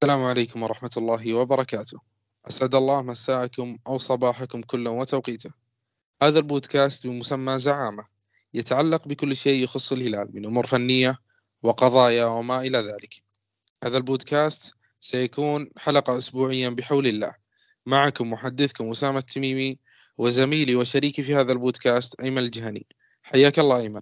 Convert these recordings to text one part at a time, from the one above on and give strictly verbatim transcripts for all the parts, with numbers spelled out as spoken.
السلام عليكم ورحمة الله وبركاته. أسعد الله مساءكم أو صباحكم كلا وتوقيته. هذا البودكاست بمسمى زعامة يتعلق بكل شيء يخص الهلال من أمور فنية وقضايا وما إلى ذلك. هذا البودكاست سيكون حلقة أسبوعيا بحول الله. معكم محدثكم أسامة التميمي وزميلي وشريكي في هذا البودكاست أيمن الجهني. حياك الله أيمن.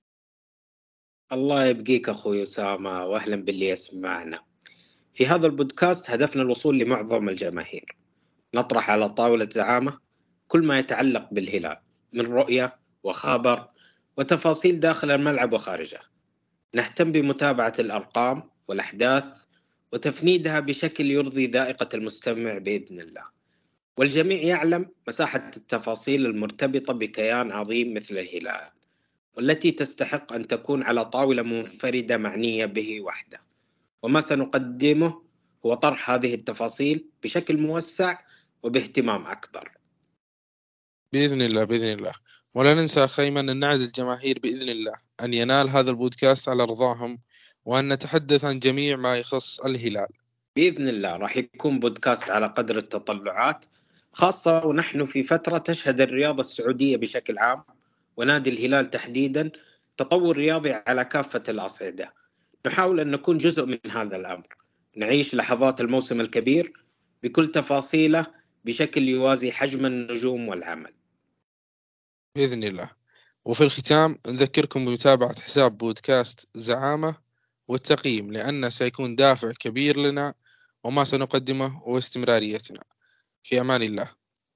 الله يبقيك أخوي أسامة، وأهلا باللي يسمعنا. في هذا البودكاست هدفنا الوصول لمعظم الجماهير، نطرح على طاولة زعامة كل ما يتعلق بالهلال من رؤية وخبر وتفاصيل داخل الملعب وخارجه. نهتم بمتابعة الأرقام والأحداث وتفنيدها بشكل يرضي ذائقة المستمع بإذن الله، والجميع يعلم مساحة التفاصيل المرتبطة بكيان عظيم مثل الهلال، والتي تستحق أن تكون على طاولة منفردة معنية به وحده. وما سنقدمه هو طرح هذه التفاصيل بشكل موسع وباهتمام أكبر بإذن الله بإذن الله. ولا ننسى أخيما أن نعد الجماهير بإذن الله أن ينال هذا البودكاست على رضاهم، وأن نتحدث عن جميع ما يخص الهلال بإذن الله. راح يكون بودكاست على قدر التطلعات، خاصة ونحن في فترة تشهد الرياضة السعودية بشكل عام ونادي الهلال تحديدا تطور رياضي على كافة الأصعدة. نحاول أن نكون جزء من هذا الأمر، نعيش لحظات الموسم الكبير بكل تفاصيله بشكل يوازي حجم النجوم والعمل بإذن الله. وفي الختام نذكركم بمتابعة حساب بودكاست زعامة والتقييم، لأنه سيكون دافع كبير لنا وما سنقدمه واستمراريتنا. في أمان الله.